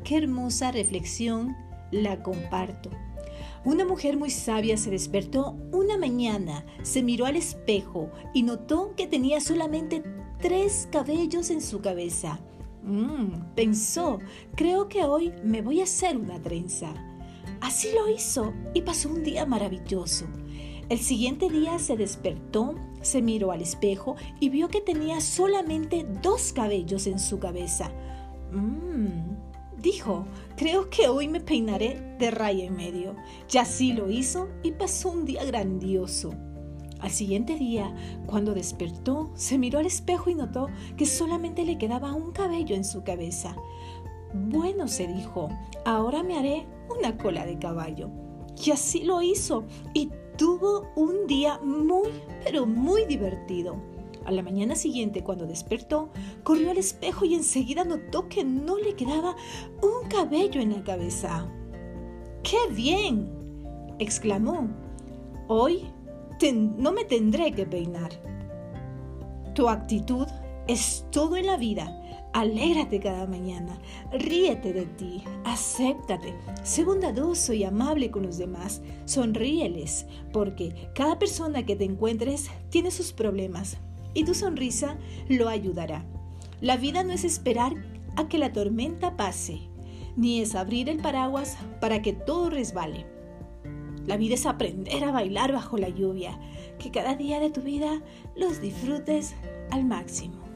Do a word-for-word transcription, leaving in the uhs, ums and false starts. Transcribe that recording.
qué hermosa reflexión, la comparto. Una mujer muy sabia se despertó una mañana, se miró al espejo y notó que tenía solamente tres cabellos en su cabeza. Mm, pensó, creo que hoy me voy a hacer una trenza. Así lo hizo y pasó un día maravilloso. El siguiente día se despertó, se miró al espejo y vio que tenía solamente dos cabellos en su cabeza. Mmm, dijo, creo que hoy me peinaré de raya en medio. Y así lo hizo y pasó un día grandioso. Al siguiente día, cuando despertó, se miró al espejo y notó que solamente le quedaba un cabello en su cabeza. Bueno, se dijo, ahora me haré una cola de caballo. Y así lo hizo y tuvo un día muy, pero muy divertido. A la mañana siguiente, cuando despertó, corrió al espejo y enseguida notó que no le quedaba un cabello en la cabeza. ¡Qué bien!, exclamó. Hoy ten- no me tendré que peinar. Tu actitud es todo en la vida. Alégrate cada mañana, ríete de ti, acéptate, sé bondadoso y amable con los demás, sonríeles, porque cada persona que te encuentres tiene sus problemas y tu sonrisa lo ayudará. La vida no es esperar a que la tormenta pase, ni es abrir el paraguas para que todo resbale. La vida es aprender a bailar bajo la lluvia, que cada día de tu vida los disfrutes al máximo.